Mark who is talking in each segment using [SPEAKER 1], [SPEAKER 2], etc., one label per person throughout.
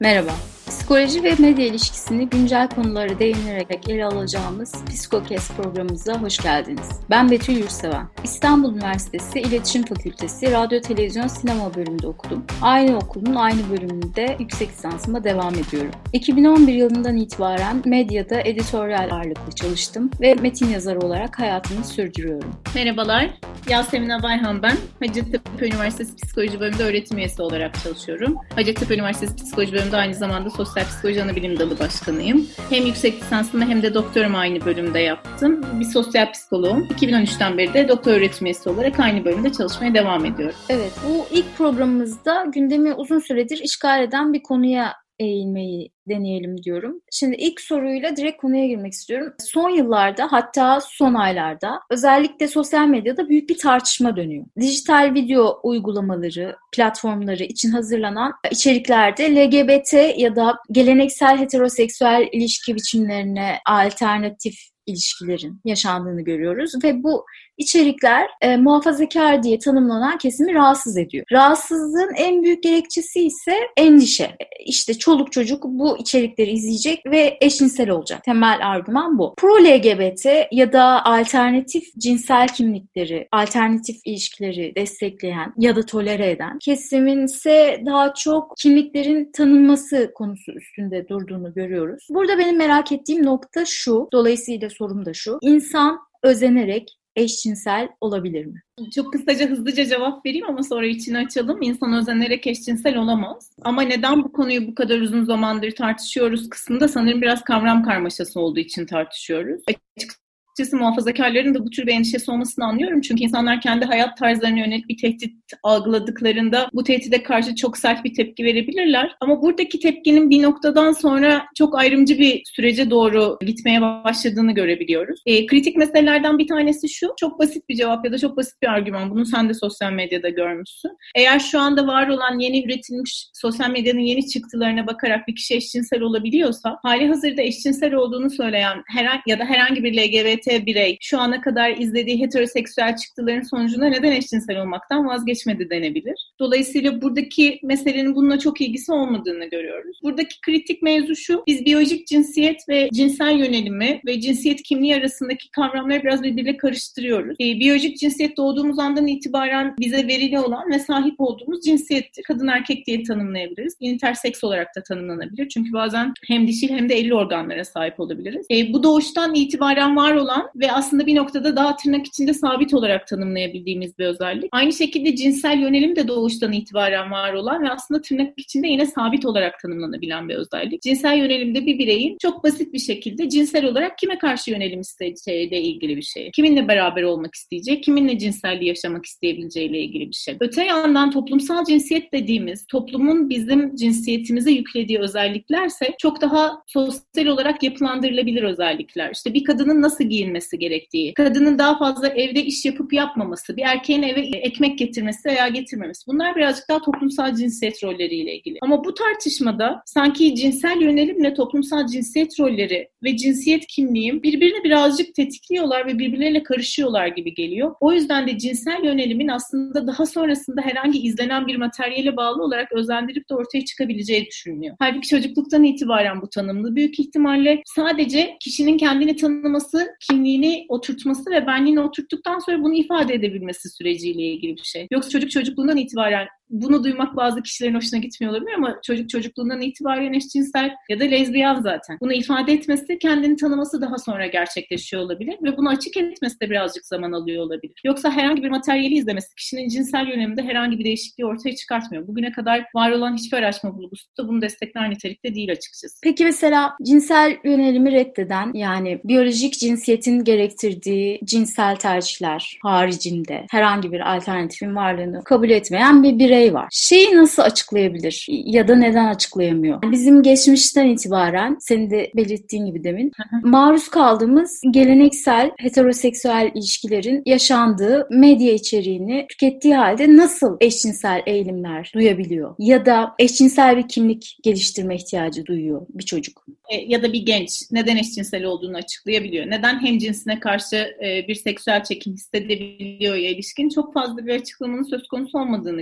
[SPEAKER 1] Merhaba. Psikoloji ve medya ilişkisini güncel konulara değinerek ele alacağımız Psikokes programımıza hoş geldiniz. Ben Betül Yurtseven. İstanbul Üniversitesi İletişim Fakültesi Radyo, Televizyon, Sinema bölümünde okudum. Aynı okulun aynı bölümünde yüksek lisansıma devam ediyorum. 2011 yılından itibaren medyada editoryal ağırlıklı çalıştım ve metin yazarı olarak hayatımı sürdürüyorum.
[SPEAKER 2] Merhabalar, Yasemin Bayhan ben. Hacettepe Üniversitesi Psikoloji bölümünde öğretim üyesi olarak çalışıyorum. Hacettepe Üniversitesi Psikoloji bölümünde aynı zamanda Sosyal Psikoloji Anabilim Dalı Başkanıyım. Hem yüksek lisansımı hem de doktorumu aynı bölümde yaptım. Bir sosyal psikoloğum. 2013'ten beri de doktor öğretim üyesi olarak aynı bölümde çalışmaya devam ediyorum.
[SPEAKER 1] Evet, bu ilk programımızda gündemi uzun süredir işgal eden bir konuya eğilmeyi deneyelim diyorum. Şimdi ilk soruyla direkt konuya girmek istiyorum. Son yıllarda, hatta son aylarda özellikle sosyal medyada büyük bir tartışma dönüyor. Dijital video uygulamaları, platformları için hazırlanan içeriklerde LGBT ya da geleneksel heteroseksüel ilişki biçimlerine alternatif ilişkilerin yaşandığını görüyoruz ve bu içerikler muhafazakar diye tanımlanan kesimi rahatsız ediyor. Rahatsızlığın en büyük gerekçesi ise endişe. İşte çoluk çocuk bu içerikleri izleyecek ve eşcinsel olacak. Temel argüman bu. Pro-LGBT ya da alternatif cinsel kimlikleri, alternatif ilişkileri destekleyen ya da tolere eden kesimin ise daha çok kimliklerin tanınması konusu üstünde durduğunu görüyoruz. Burada benim merak ettiğim nokta şu, dolayısıyla sorum da şu: İnsan özenerek eşcinsel olabilir mi?
[SPEAKER 2] Çok kısaca, hızlıca cevap vereyim ama sonra içini açalım. İnsan özenerek eşcinsel olamaz. Ama neden bu konuyu bu kadar uzun zamandır tartışıyoruz kısmında sanırım biraz kavram karmaşası olduğu için tartışıyoruz. Açıkçası muhafazakarların da bu tür bir endişesi olmasını anlıyorum. Çünkü insanlar kendi hayat tarzlarına yönelik bir tehdit algıladıklarında bu tehdide karşı çok sert bir tepki verebilirler. Ama buradaki tepkinin bir noktadan sonra çok ayrımcı bir sürece doğru gitmeye başladığını görebiliyoruz. Kritik meselelerden bir tanesi şu: çok basit bir cevap ya da çok basit bir argüman. Bunu sen de sosyal medyada görmüşsün. Eğer şu anda var olan yeni üretilmiş sosyal medyanın yeni çıktılarına bakarak bir kişi eşcinsel olabiliyorsa, hali hazırda eşcinsel olduğunu söyleyen herhangi bir LGBT birey şu ana kadar izlediği heteroseksüel çıktıların sonucunda neden eşcinsel olmaktan vazgeçmedi denebilir. Dolayısıyla buradaki meselenin bununla çok ilgisi olmadığını görüyoruz. Buradaki kritik mevzu şu: biz biyolojik cinsiyet ve cinsel yönelimi ve cinsiyet kimliği arasındaki kavramları biraz birbirine karıştırıyoruz. Biyolojik cinsiyet doğduğumuz andan itibaren bize verili olan ve sahip olduğumuz cinsiyettir. Kadın erkek diye tanımlayabiliriz. İnterseks olarak da tanımlanabilir. Çünkü bazen hem dişil hem de eril organlara sahip olabiliriz. Bu doğuştan itibaren var olan ve aslında bir noktada daha tırnak içinde sabit olarak tanımlayabildiğimiz bir özellik. Aynı şekilde cinsel yönelim de doğuştan itibaren var olan ve aslında tırnak içinde yine sabit olarak tanımlanabilen bir özellik. Cinsel yönelimde bir bireyin çok basit bir şekilde cinsel olarak kime karşı yönelim isteyeceğiyle ilgili bir şey. Kiminle beraber olmak isteyecek, kiminle cinselliği yaşamak isteyebileceğiyle ilgili bir şey. Öte yandan toplumsal cinsiyet dediğimiz, toplumun bizim cinsiyetimize yüklediği özelliklerse çok daha sosyal olarak yapılandırılabilir özellikler. İşte bir kadının nasıl giyinmesi gerektiği, kadının daha fazla evde iş yapıp yapmaması, bir erkeğin eve ekmek getirmesi veya getirmemesi. Bunlar birazcık daha toplumsal cinsiyet rolleriyle ilgili. Ama bu tartışmada sanki cinsel yönelimle toplumsal cinsiyet rolleri ve cinsiyet kimliği birbirini birazcık tetikliyorlar ve birbirleriyle karışıyorlar gibi geliyor. O yüzden de cinsel yönelimin aslında daha sonrasında herhangi izlenen bir materyale bağlı olarak özendirip de ortaya çıkabileceği düşünülüyor. Halbuki çocukluktan itibaren bu tanımlı. Büyük ihtimalle sadece kişinin kendini tanıması, kimliğini oturtması ve benliğini oturttuktan sonra bunu ifade edebilmesi süreciyle ilgili bir şey. Yoksa çocukluğundan itibaren bunu duymak bazı kişilerin hoşuna gitmiyor olabilir ama çocukluğundan itibaren eşcinsel ya da lezbiyen zaten. Bunu ifade etmesi, kendini tanıması daha sonra gerçekleşiyor olabilir ve bunu açık etmesi de birazcık zaman alıyor olabilir. Yoksa herhangi bir materyali izlemesi kişinin cinsel yöneliminde herhangi bir değişikliği ortaya çıkartmıyor. Bugüne kadar var olan hiçbir araştırma bulgusu da bunu destekler nitelikte değil açıkçası.
[SPEAKER 1] Peki mesela cinsel yönelimi reddeden, yani biyolojik cinsiyetin gerektirdiği cinsel tercihler haricinde herhangi bir alternatifin varlığını kabul etmeyen bir birey var. Şeyi nasıl açıklayabilir ya da neden açıklayamıyor? Bizim geçmişten itibaren, senin de belirttiğin gibi demin, maruz kaldığımız geleneksel heteroseksüel ilişkilerin yaşandığı medya içeriğini tükettiği halde nasıl eşcinsel eğilimler duyabiliyor? Ya da eşcinsel bir kimlik geliştirme ihtiyacı duyuyor bir çocuk.
[SPEAKER 2] Ya da bir genç neden eşcinsel olduğunu açıklayabiliyor. Neden hemcinsine karşı bir seksüel çekim hissedebiliyor ya ilişkin çok fazla bir açıklamanın söz konusu olmadığını görüyoruz.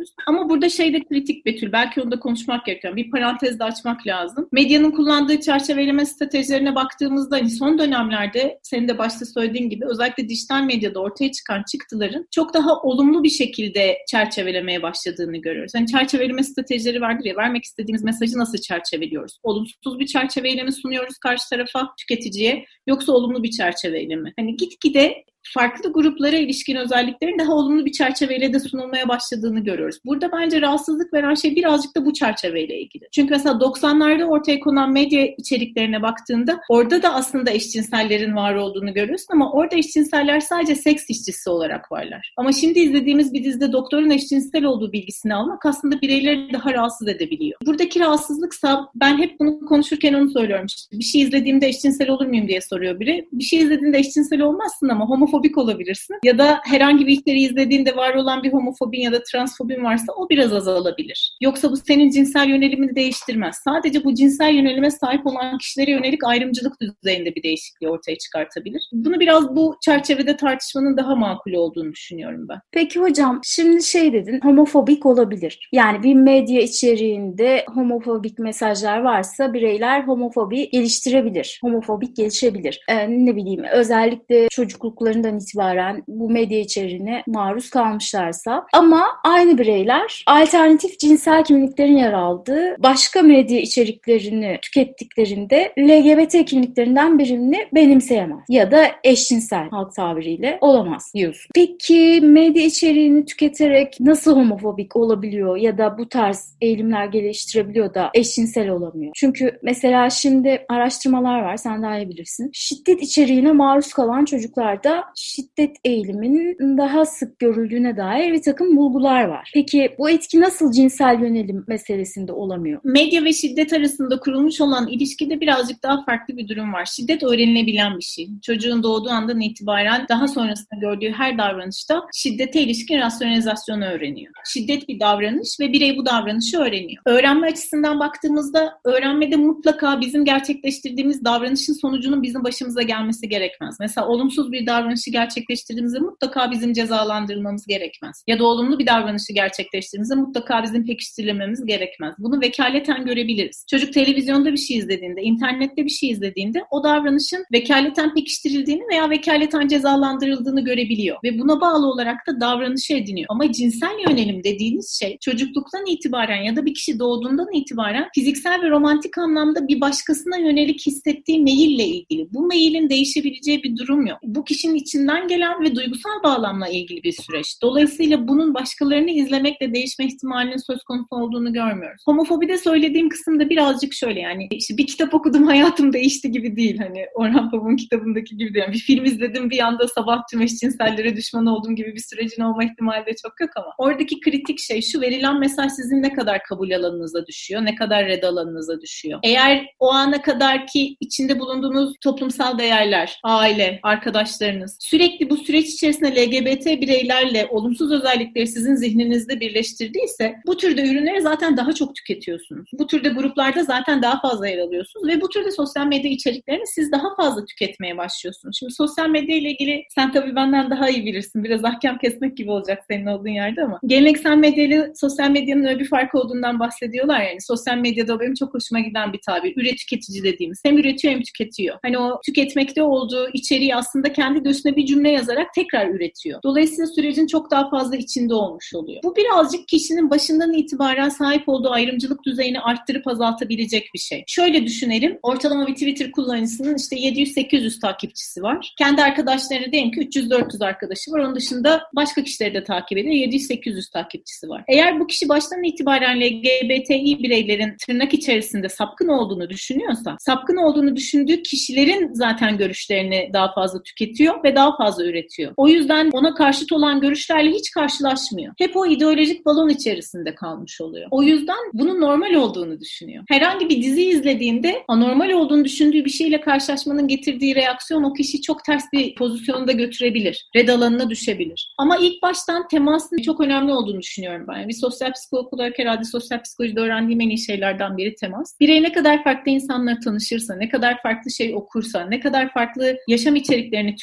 [SPEAKER 2] Ama burada şey de kritik Betül, belki onu da konuşmak gerekiyor. Bir parantez de açmak lazım. Medyanın kullandığı çerçeveleme stratejilerine baktığımızda hani son dönemlerde senin de başta söylediğin gibi özellikle dijital medyada ortaya çıkan çıktıların çok daha olumlu bir şekilde çerçevelemeye başladığını görüyoruz. Hani çerçeveleme stratejileri vardır ya, vermek istediğimiz mesajı nasıl çerçeveliyoruz? Olumsuz bir çerçeveyle mi sunuyoruz karşı tarafa, tüketiciye, yoksa olumlu bir çerçeveyle mi? Hani gitgide farklı gruplara ilişkin özelliklerin daha olumlu bir çerçeveyle de sunulmaya başladığını görüyoruz. Burada bence rahatsızlık veren şey birazcık da bu çerçeveyle ilgili. Çünkü mesela 90'larda ortaya konan medya içeriklerine baktığında orada da aslında eşcinsellerin var olduğunu görüyorsun ama orada eşcinseller sadece seks işçisi olarak varlar. Ama şimdi izlediğimiz bir dizide doktorun eşcinsel olduğu bilgisini almak aslında bireyleri daha rahatsız edebiliyor. Buradaki rahatsızlıksa, ben hep bunu konuşurken onu söylüyorum. İşte bir şey izlediğimde eşcinsel olur muyum diye soruyor biri. Bir şey izlediğinde eşcinsel olmazsın ama homofobik olabilirsin. Ya da herhangi bir içeriği izlediğinde var olan bir homofobin ya da transfobin varsa o biraz azalabilir. Yoksa bu senin cinsel yönelimini değiştirmez. Sadece bu cinsel yönelime sahip olan kişilere yönelik ayrımcılık düzeyinde bir değişikliği ortaya çıkartabilir. Bunu biraz bu çerçevede tartışmanın daha makul olduğunu düşünüyorum ben.
[SPEAKER 1] Peki hocam, şimdi şey dedin, homofobik olabilir. Yani bir medya içeriğinde homofobik mesajlar varsa bireyler homofobi geliştirebilir. Homofobik gelişebilir. Ne bileyim, özellikle çocukluklarından itibaren bu medya içeriğine maruz kalmışlarsa, ama aynı bireyler alternatif cinsel kimliklerin yer aldığı başka medya içeriklerini tükettiklerinde LGBT kimliklerinden birini benimseyemez ya da eşcinsel halk tabiriyle olamaz diyorsun. Peki medya içeriğini tüketerek nasıl homofobik olabiliyor ya da bu tarz eğilimler geliştirebiliyor da eşcinsel olamıyor? Çünkü mesela şimdi araştırmalar var, sen daha iyi bilirsin. Şiddet içeriğine maruz kalan çocuklarda şiddet eğiliminin daha sık görüldüğüne dair bir takım bulgular var. Peki bu etki nasıl cinsel yönelim meselesinde olamıyor?
[SPEAKER 2] Medya ve şiddet arasında kurulmuş olan ilişkide birazcık daha farklı bir durum var. Şiddet öğrenilebilen bir şey. Çocuğun doğduğu andan itibaren daha sonrasında gördüğü her davranışta şiddete ilişkin rasyonalizasyonu öğreniyor. Şiddet bir davranış ve birey bu davranışı öğreniyor. Öğrenme açısından baktığımızda öğrenmede mutlaka bizim gerçekleştirdiğimiz davranışın sonucunun bizim başımıza gelmesi gerekmez. Mesela olumsuz bir davranışı gerçekleştirdiğimizde mutlaka bizim cezalandırılmamız gerekmez. Ya da olumlu bir davranışı gerçekleştirdiğimizde mutlaka bizim pekiştirilememiz gerekmez. Bunu vekaleten görebiliriz. Çocuk televizyonda bir şey izlediğinde, internette bir şey izlediğinde o davranışın vekaleten pekiştirildiğini veya vekaleten cezalandırıldığını görebiliyor. Ve buna bağlı olarak da davranışı ediniyor. Ama cinsel yönelim dediğiniz şey çocukluktan itibaren ya da bir kişi doğduğundan itibaren fiziksel ve romantik anlamda bir başkasına yönelik hissettiği meyille ilgili. Bu meylin değişebileceği bir durum yok. Bu kişinin içinden gelen ve duygusal bağlamla ilgili bir süreç. Dolayısıyla bunun başkalarını izlemekle değişme ihtimalinin söz konusu olduğunu görmüyoruz. Homofobide söylediğim kısımda birazcık şöyle, yani işte bir kitap okudum hayatım değişti gibi değil. Hani Orhan Pamuk'un kitabındaki gibi değil. Yani bir film izledim bir anda sabah tüm eşcinsellere düşman olduğum gibi bir sürecin olma ihtimali de çok yok ama oradaki kritik şey şu: verilen mesaj sizin ne kadar kabul alanınıza düşüyor, ne kadar red alanınıza düşüyor. Eğer o ana kadarki içinde bulunduğunuz toplumsal değerler, aile, arkadaşlarınız sürekli bu süreç içerisinde LGBT bireylerle olumsuz özellikleri sizin zihninizde birleştirdiyse bu türde ürünleri zaten daha çok tüketiyorsunuz. Bu türde gruplarda zaten daha fazla yer alıyorsunuz ve bu türde sosyal medya içeriklerini siz daha fazla tüketmeye başlıyorsunuz. Şimdi sosyal medya ile ilgili sen tabii benden daha iyi bilirsin. Biraz ahkam kesmek gibi olacak senin olduğun yerde ama geleneksel medya ile sosyal medyanın öyle bir farkı olduğundan bahsediyorlar yani. Sosyal medyada benim çok hoşuma giden bir tabir. Üre tüketici dediğimiz. Hem üretiyor hem tüketiyor. Hani o tüketmekte olduğu içeriği aslında kendi göğsüne bir cümle yazarak tekrar üretiyor. Dolayısıyla sürecin çok daha fazla içinde olmuş oluyor. Bu birazcık kişinin başından itibaren sahip olduğu ayrımcılık düzeyini arttırıp azaltabilecek bir şey. Şöyle düşünelim. Ortalama bir Twitter kullanıcısının işte 700-800 takipçisi var. Kendi arkadaşlarına diyelim ki 300-400 arkadaşı var. Onun dışında başka kişileri de takip ediyor. 700-800 takipçisi var. Eğer bu kişi baştan itibaren LGBTİ bireylerin tırnak içerisinde sapkın olduğunu düşünüyorsa, sapkın olduğunu düşündüğü kişilerin zaten görüşlerini daha fazla tüketiyor ve daha fazla üretiyor. O yüzden ona karşıt olan görüşlerle hiç karşılaşmıyor. Hep o ideolojik balon içerisinde kalmış oluyor. O yüzden bunun normal olduğunu düşünüyor. Herhangi bir dizi izlediğinde anormal olduğunu düşündüğü bir şeyle karşılaşmanın getirdiği reaksiyon o kişiyi çok ters bir pozisyonda götürebilir. Red alanına düşebilir. Ama ilk baştan temasın çok önemli olduğunu düşünüyorum ben. Yani bir sosyal psikolog olarak herhalde sosyal psikolojide öğrendiğim en iyi şeylerden biri temas. Birey ne kadar farklı insanlarla tanışırsa, ne kadar farklı şey okursa, ne kadar farklı yaşam içeriklerini tüketirse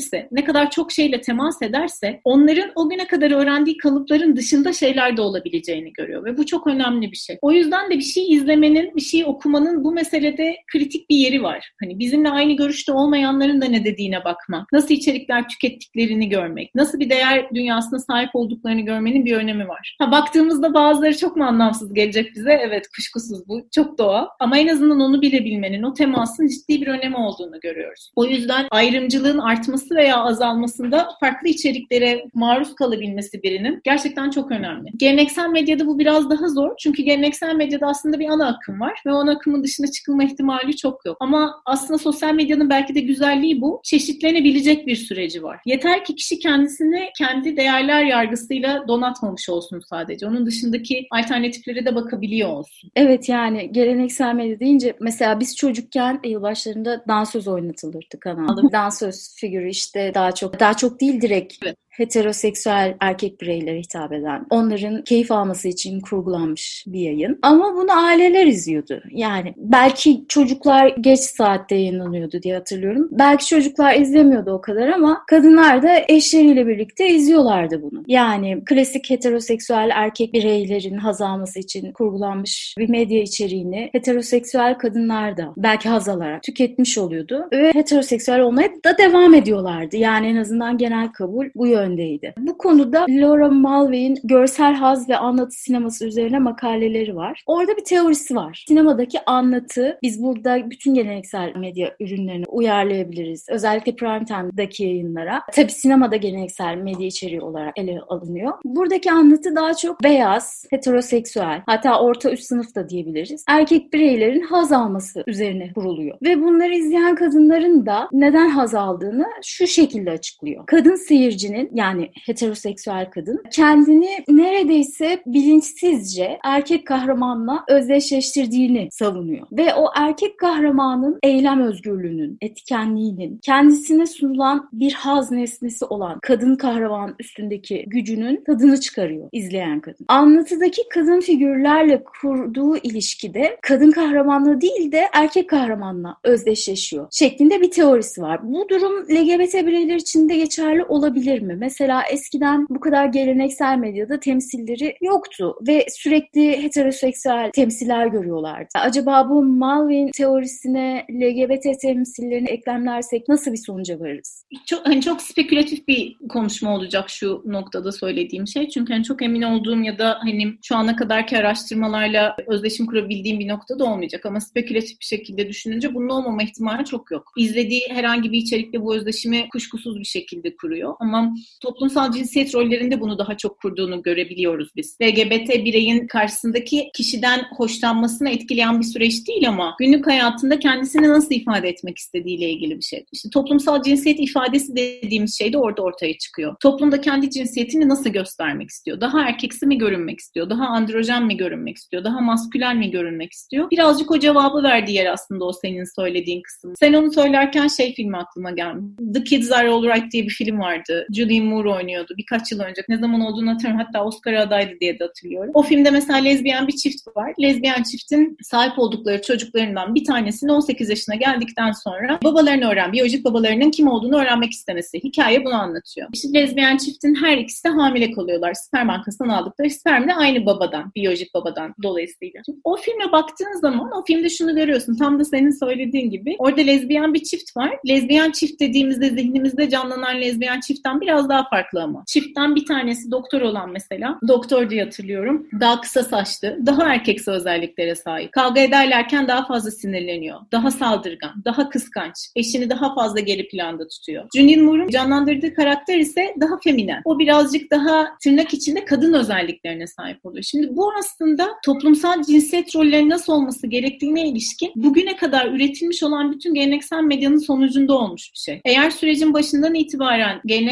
[SPEAKER 2] öğrenirse, ne kadar çok şeyle temas ederse onların o güne kadar öğrendiği kalıpların dışında şeyler de olabileceğini görüyor ve bu çok önemli bir şey. O yüzden de bir şey izlemenin, bir şey okumanın bu meselede kritik bir yeri var. Hani bizimle aynı görüşte olmayanların da ne dediğine bakmak, nasıl içerikler tükettiklerini görmek, nasıl bir değer dünyasına sahip olduklarını görmenin bir önemi var. Baktığımızda bazıları çok mu anlamsız gelecek bize? Evet, kuşkusuz bu. Çok doğal. Ama en azından onu bilebilmenin, o temasın ciddi bir önemi olduğunu görüyoruz. O yüzden ayrımcılığın artması veya azalmasında farklı içeriklere maruz kalabilmesi birinin gerçekten çok önemli. Geleneksel medyada bu biraz daha zor. Çünkü geleneksel medyada aslında bir ana akım var ve o ana akımın dışına çıkılma ihtimali çok yok. Ama aslında sosyal medyanın belki de güzelliği bu. Çeşitlenebilecek bir süreci var. Yeter ki kişi kendisini kendi değerler yargısıyla donatmamış olsun sadece. Onun dışındaki alternatiflere de bakabiliyor olsun.
[SPEAKER 1] Evet, yani geleneksel medya deyince mesela biz çocukken yılbaşlarında dansöz oynatılırdı kanalda. Dansöz figürü işte daha çok değil direkt. Evet. Heteroseksüel erkek bireylere hitap eden, onların keyif alması için kurgulanmış bir yayın. Ama bunu aileler izliyordu. Yani belki çocuklar geç saatte yayınlanıyordu diye hatırlıyorum. Belki çocuklar izlemiyordu o kadar ama kadınlar da eşleriyle birlikte izliyorlardı bunu. Yani klasik heteroseksüel erkek bireylerin haz alması için kurgulanmış bir medya içeriğini heteroseksüel kadınlar da belki haz alarak tüketmiş oluyordu. Ve heteroseksüel olmaya da devam ediyorlardı. Yani en azından genel kabul bu yöndeydi. Bu konuda Laura Mulvey'in görsel haz ve anlatı sineması üzerine makaleleri var. Orada bir teorisi var. Sinemadaki anlatı, biz burada bütün geleneksel medya ürünlerini uyarlayabiliriz. Özellikle prime time'daki yayınlara. Tabii sinemada geleneksel medya içeriği olarak ele alınıyor. Buradaki anlatı daha çok beyaz, heteroseksüel, hatta orta üst sınıf da diyebiliriz. Erkek bireylerin haz alması üzerine kuruluyor. Ve bunları izleyen kadınların da neden haz aldığını şu şekilde açıklıyor. Kadın seyircinin, yani heteroseksüel kadın, kendini neredeyse bilinçsizce erkek kahramanla özdeşleştirdiğini savunuyor. Ve o erkek kahramanın eylem özgürlüğünün, etkenliğinin, kendisine sunulan bir haz nesnesi olan kadın kahraman üstündeki gücünün tadını çıkarıyor izleyen kadın. Anlatıdaki kadın figürlerle kurduğu ilişkide kadın kahramanla değil de erkek kahramanla özdeşleşiyor şeklinde bir teorisi var. Bu durum LGBT bireyler için de geçerli olabilir mi? Mesela eskiden bu kadar geleneksel medyada temsilleri yoktu ve sürekli heteroseksüel temsiller görüyorlardı. Acaba bu Mulvey'in teorisine LGBT temsillerini eklemlersek nasıl bir sonuca varırız?
[SPEAKER 2] Çok spekülatif bir konuşma olacak şu noktada söylediğim şey. Çünkü çok emin olduğum ya da şu ana kadarki araştırmalarla özdeşim kurabildiğim bir noktada olmayacak. Ama spekülatif bir şekilde düşününce bunun olmama ihtimali çok yok. İzlediği herhangi bir içerikle bu özdeşimi kuşkusuz bir şekilde kuruyor. Ama toplumsal cinsiyet rollerinde bunu daha çok kurduğunu görebiliyoruz biz. LGBT bireyin karşısındaki kişiden hoşlanmasını etkileyen bir süreç değil ama günlük hayatında kendisini nasıl ifade etmek istediğiyle ilgili bir şey. İşte toplumsal cinsiyet ifadesi dediğimiz şey de orada ortaya çıkıyor. Toplumda kendi cinsiyetini nasıl göstermek istiyor? Daha erkeksi mi görünmek istiyor? Daha androjen mi görünmek istiyor? Daha maskülen mi görünmek istiyor? Birazcık o cevabı verdiği yer aslında o senin söylediğin kısım. Sen onu söylerken filmi aklıma geldi. The Kids Are Alright diye bir film vardı. Julianne Moore oynuyordu birkaç yıl önce. Ne zaman olduğunu hatırlamıyorum. Hatta Oscar'a adaydı diye de hatırlıyorum. O filmde mesela lezbiyen bir çift var. Lezbiyen çiftin sahip oldukları çocuklarından bir tanesinin 18 yaşına geldikten sonra babalarını biyolojik babalarının kim olduğunu öğrenmek istemesi. Hikaye bunu anlatıyor. İşte lezbiyen çiftin her ikisi de hamile kalıyorlar. Sperm bankasından aldıkları sperm de aynı babadan, biyolojik babadan dolayısıyla. Şimdi o filme baktığın zaman o filmde şunu görüyorsun. Tam da senin söylediğin gibi. Orada lezbiyen bir çift var. Lezbiyen çift dediğimizde zihnimizde canlanan lezbiyen çiftten biraz daha farklı ama. Çiftten bir tanesi doktor olan mesela. Doktor diye hatırlıyorum. Daha kısa saçlı, daha erkeksi özelliklere sahip. Kavga ederlerken daha fazla sinirleniyor. Daha saldırgan, daha kıskanç. Eşini daha fazla geri planda tutuyor. Julianne Moore'un canlandırdığı karakter ise daha feminen. O birazcık daha tırnak içinde kadın özelliklerine sahip oluyor. Şimdi bu aslında toplumsal cinsiyet rolleri nasıl olması gerektiğine ilişkin bugüne kadar üretilmiş olan bütün geleneksel medyanın sonucunda olmuş bir şey. Eğer sürecin başından itibaren geleneksel medya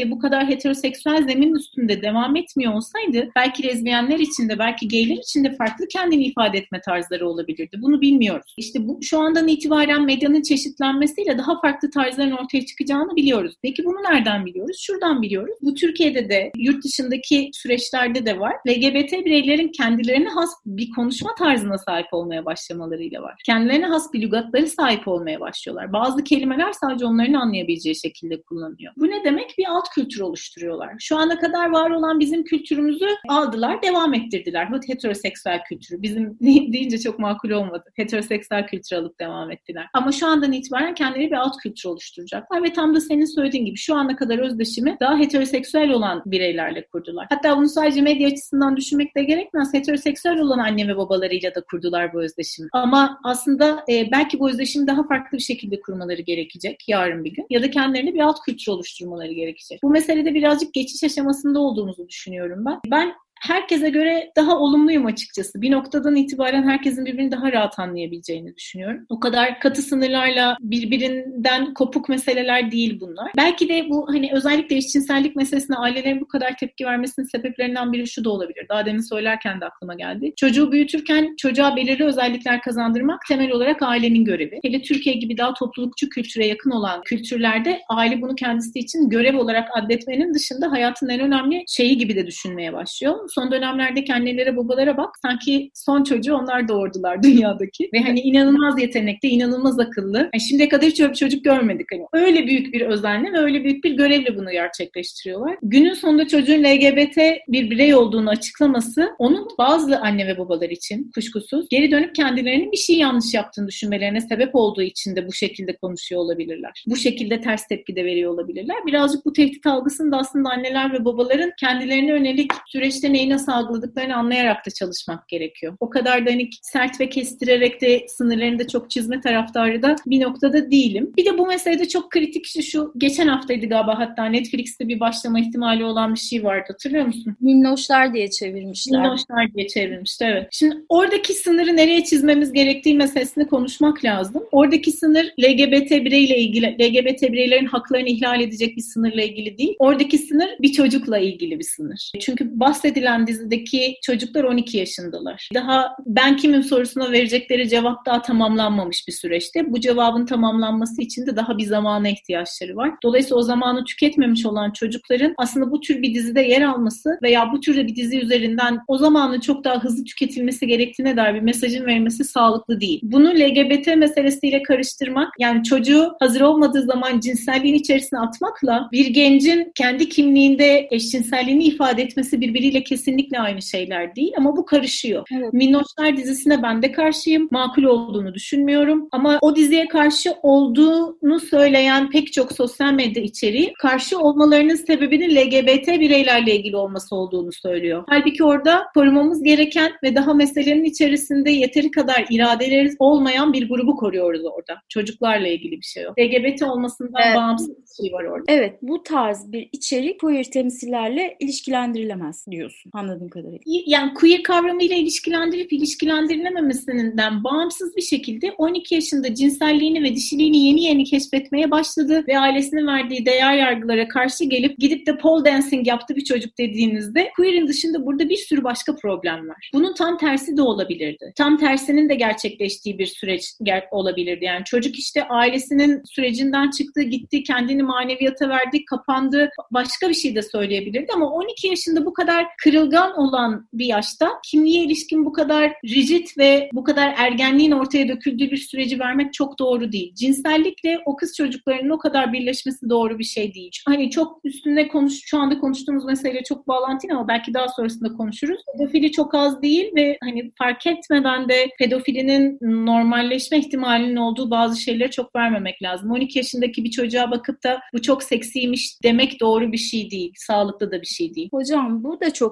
[SPEAKER 2] bu kadar heteroseksüel zemin üstünde devam etmiyor olsaydı belki lezbiyenler için de belki gayler için de farklı kendini ifade etme tarzları olabilirdi. Bunu bilmiyoruz. İşte bu şu andan itibaren medyanın çeşitlenmesiyle daha farklı tarzların ortaya çıkacağını biliyoruz. Peki bunu nereden biliyoruz? Şuradan biliyoruz. Bu Türkiye'de de yurt dışındaki süreçlerde de var. LGBT bireylerin kendilerine has bir konuşma tarzına sahip olmaya başlamalarıyla var. Kendilerine has bir lügatları sahip olmaya başlıyorlar. Bazı kelimeler sadece onların anlayabileceği şekilde kullanılıyor. Bu ne demek? Bir alt kültür oluşturuyorlar. Şu ana kadar var olan bizim kültürümüzü aldılar, devam ettirdiler. Heteroseksüel kültürü. Bizim deyince çok makul olmadı. Heteroseksüel kültürü alıp devam ettiler. Ama şu andan itibaren kendileri bir alt kültür oluşturacaklar ve tam da senin söylediğin gibi şu ana kadar özdeşimi daha heteroseksüel olan bireylerle kurdular. Hatta bunu sadece medya açısından düşünmek de gerekmez. Heteroseksüel olan anne ve babalarıyla da kurdular bu özdeşimi. Ama aslında belki bu özdeşimi daha farklı bir şekilde kurmaları gerekecek yarın bir gün. Ya da kendilerine bir alt kültür oluşturmaları gerekecek. Bu meselede birazcık geçiş aşamasında olduğumuzu düşünüyorum ben. Ben herkese göre daha olumluyum açıkçası. Bir noktadan itibaren herkesin birbirini daha rahat anlayabileceğini düşünüyorum. O kadar katı sınırlarla birbirinden kopuk meseleler değil bunlar. Belki de bu özellikle eşcinsellik meselesine ailelerin bu kadar tepki vermesinin sebeplerinden biri şu da olabilir. Daha demin söylerken de aklıma geldi. Çocuğu büyütürken çocuğa belirli özellikler kazandırmak temel olarak ailenin görevi. Hele Türkiye gibi daha toplulukçu kültüre yakın olan kültürlerde aile bunu kendisi için görev olarak addetmenin dışında hayatın en önemli şeyi gibi de düşünmeye başlıyor. Son dönemlerdeki annelere, babalara bak. Sanki son çocuğu onlar doğurdular dünyadaki. Ve inanılmaz yetenekli, inanılmaz akıllı. Şimdiye kadar hiç öyle bir çocuk görmedik. Öyle büyük bir özenle ve öyle büyük bir görevle bunu gerçekleştiriyorlar. Günün sonunda çocuğun LGBT bir birey olduğunu açıklaması onun bazı anne ve babalar için kuşkusuz geri dönüp kendilerinin bir şey yanlış yaptığını düşünmelerine sebep olduğu için de bu şekilde konuşuyor olabilirler. Bu şekilde ters tepki de veriyor olabilirler. Birazcık bu tehdit algısını da aslında anneler ve babaların kendilerine yönelik süreçte neyi nasıl algıladıklarını anlayarak da çalışmak gerekiyor. O kadar da sert ve kestirerek de sınırlarını da çok çizme taraftarı da bir noktada değilim. Bir de bu meselede çok kritik şu geçen haftaydı galiba, hatta Netflix'te bir başlama ihtimali olan bir şey vardı, hatırlıyor musun?
[SPEAKER 1] Minnoşlar diye çevirmişler.
[SPEAKER 2] Minnoşlar diye çevrilmişti, evet. Şimdi oradaki sınırı nereye çizmemiz gerektiği meselesini konuşmak lazım. Oradaki sınır LGBT bireyle ilgili, LGBT bireylerin haklarını ihlal edecek bir sınırla ilgili değil. Oradaki sınır bir çocukla ilgili bir sınır. Çünkü bahsedilen dizideki çocuklar 12 yaşındalar. Daha ben kimim sorusuna verecekleri cevap daha tamamlanmamış bir süreçte. Bu cevabın tamamlanması için de daha bir zamana ihtiyaçları var. Dolayısıyla o zamanı tüketmemiş olan çocukların aslında bu tür bir dizide yer alması veya bu türde bir dizi üzerinden o zamanın çok daha hızlı tüketilmesi gerektiğine dair bir mesajın verilmesi sağlıklı değil. Bunu LGBT meselesiyle karıştırmak, yani çocuğu hazır olmadığı zaman cinselliğin içerisine atmakla bir gencin kendi kimliğinde eşcinselliğini ifade etmesi birbiriyle kesinlikle aynı şeyler değil ama bu karışıyor. Evet. Minnoşlar dizisine ben de karşıyım. Makul olduğunu düşünmüyorum. Ama o diziye karşı olduğunu söyleyen pek çok sosyal medya içeriği karşı olmalarının sebebinin LGBT bireylerle ilgili olması olduğunu söylüyor. Halbuki orada korumamız gereken ve daha meselenin içerisinde yeteri kadar iradeleri olmayan bir grubu koruyoruz orada. Çocuklarla ilgili bir şey yok. LGBT olmasından bağımsız bir şey var orada.
[SPEAKER 1] Evet, bu tarz bir içerik queer temsillerle ilişkilendirilemez diyorsun anladığım kadarıyla.
[SPEAKER 2] Yani queer kavramıyla ilişkilendirip ilişkilendirilememesinden bağımsız bir şekilde 12 yaşında cinselliğini ve dişiliğini yeni yeni keşfetmeye başladı ve ailesinin verdiği değer yargılara karşı gidip de pole dancing yaptı bir çocuk dediğinizde queer'in dışında burada bir sürü başka problem var. Bunun tam tersi de olabilirdi. Tam tersinin de gerçekleştiği bir süreç olabilirdi. Yani çocuk işte ailesinin sürecinden çıktı, gitti, kendini maneviyata verdi, kapandı, başka bir şey de söyleyebilirdi ama 12 yaşında bu kadar kırılgan olan bir yaşta kimliğe ilişkin bu kadar rigid ve bu kadar ergenliğin ortaya döküldüğü bir süreci vermek çok doğru değil. Cinsellikle o kız çocuklarının o kadar birleşmesi doğru bir şey değil. Çok üstünde şu anda konuştuğumuz meseleyle çok bağlantılı ama belki daha sonrasında konuşuruz. Pedofili çok az değil ve fark etmeden de pedofilinin normalleşme ihtimalinin olduğu bazı şeyleri çok vermemek lazım. 12 yaşındaki bir çocuğa bakıp da bu çok seksiymiş demek doğru bir şey değil. Sağlıklı da bir şey değil.
[SPEAKER 1] Hocam bu da çok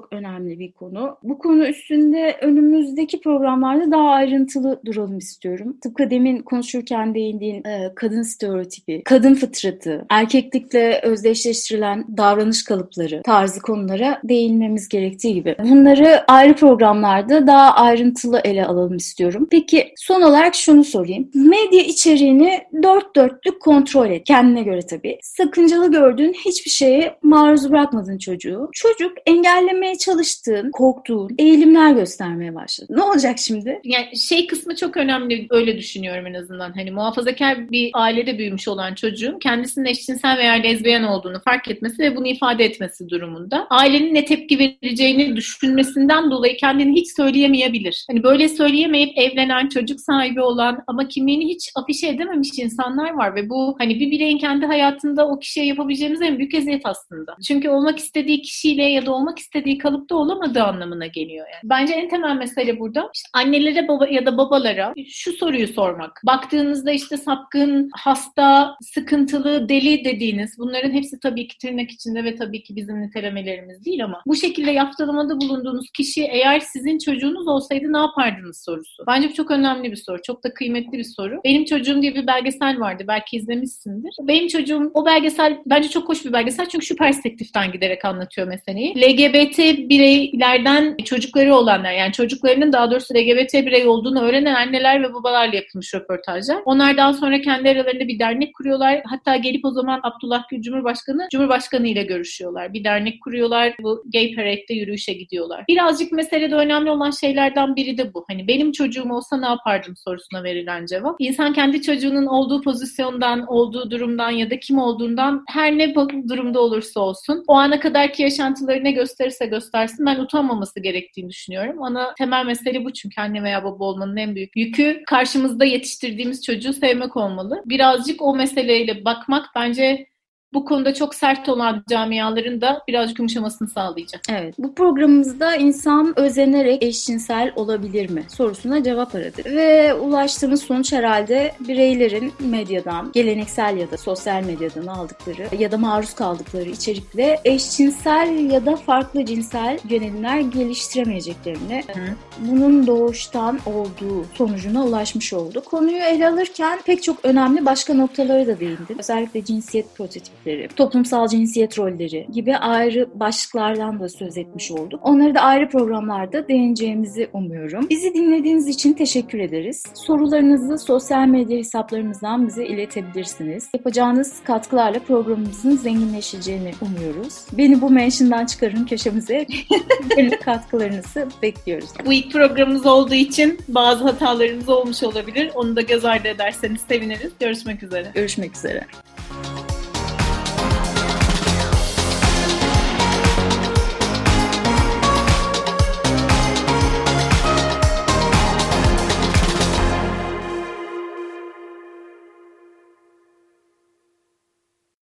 [SPEAKER 1] önemli bir konu. Bu konu üstünde önümüzdeki programlarda daha ayrıntılı duralım istiyorum. Tıpkı demin konuşurken değindiğin kadın stereotipi, kadın fıtratı, erkeklikle özdeşleştirilen davranış kalıpları tarzı konulara değinmemiz gerektiği gibi. Bunları ayrı programlarda daha ayrıntılı ele alalım istiyorum. Peki son olarak şunu sorayım. Medya içeriğini dört dörtlük kontrol et. Kendine göre tabii. Sakıncalı gördüğün hiçbir şeye maruz bırakmadın çocuğu. Çocuk engellemeye çalıştığın, korktuğun eğilimler göstermeye başladı. Ne olacak şimdi?
[SPEAKER 2] Yani şey kısmı çok önemli, öyle düşünüyorum en azından. Hani muhafazakar bir ailede büyümüş olan çocuğun kendisinin eşcinsel veya lezbiyen olduğunu fark etmesi ve bunu ifade etmesi durumunda ailenin ne tepki vereceğini düşünmesinden dolayı kendini hiç söyleyemeyebilir. Hani böyle söyleyemeyip evlenen, çocuk sahibi olan ama kimliğini hiç afişe edememiş insanlar var ve bu hani bir bireyin kendi hayatında o kişiye yapabileceğimiz en büyük eziyet aslında. Çünkü olmak istediği kişiyle ya da olmak istediği kalıpta olamadığı anlamına geliyor yani. Bence en temel mesele burada işte annelere ya da babalara şu soruyu sormak. Baktığınızda işte sapkın, hasta, sıkıntılı, deli dediğiniz, bunların hepsi tabii ki tırnak içinde ve tabii ki bizim nitelemelerimiz değil ama bu şekilde yaftalamada bulunduğunuz kişi eğer sizin çocuğunuz olsaydı ne yapardınız sorusu. Bence bu çok önemli bir soru. Çok da kıymetli bir soru. Benim Çocuğum diye bir belgesel vardı. Belki izlemişsindir. Benim Çocuğum, o belgesel bence çok hoş bir belgesel çünkü şu perspektiften giderek anlatıyor meseleyi. LGBT bireylerden çocukları olanlar, yani çocuklarının daha doğrusu LGBT birey olduğunu öğrenen anneler ve babalarla yapılmış röportajlar. Onlar daha sonra kendi aralarında bir dernek kuruyorlar. Hatta gelip o zaman Abdullah Gül Cumhurbaşkanı ile görüşüyorlar. Bir dernek kuruyorlar. Bu Gay Parade'de yürüyüşe gidiyorlar. Birazcık meselede önemli olan şeylerden biri de bu. Hani benim çocuğum olsa ne yapardım sorusuna verilen cevap. İnsan kendi çocuğunun olduğu pozisyondan, olduğu durumdan ya da kim olduğundan her ne durumda olursa olsun o ana kadarki yaşantıları ne gösterirse göstersin ben utanmaması gerektiğini düşünüyorum. Ana temel mesele bu çünkü anne veya baba olmanın en büyük yükü karşımızda yetiştirdiğimiz çocuğu sevmek olmalı. Birazcık o meseleyle bakmak bence bu konuda çok sert olan camiaların da birazcık yumuşamasını sağlayacak.
[SPEAKER 1] Evet. Bu programımızda insan özenerek eşcinsel olabilir mi sorusuna cevap aradık. Ve ulaştığımız sonuç herhalde bireylerin medyadan, geleneksel ya da sosyal medyadan aldıkları ya da maruz kaldıkları içerikle eşcinsel ya da farklı cinsel yönelimler geliştiremeyeceklerini, bunun doğuştan olduğu sonucuna ulaşmış olduk. Konuyu ele alırken pek çok önemli başka noktalara da değindik. Özellikle cinsiyet prototipleri, toplumsal cinsiyet rolleri gibi ayrı başlıklardan da söz etmiş olduk. Onları da ayrı programlarda değineceğimizi umuyorum. Bizi dinlediğiniz için teşekkür ederiz. Sorularınızı sosyal medya hesaplarımızdan bize iletebilirsiniz. Yapacağınız katkılarla programımızın zenginleşeceğini umuyoruz. Beni bu mention'dan çıkarın köşemize. Benim katkılarınızı bekliyoruz.
[SPEAKER 2] Bu ilk programımız olduğu için bazı hatalarımız olmuş olabilir. Onu da göz ardı ederseniz seviniriz. Görüşmek üzere.
[SPEAKER 1] Görüşmek üzere.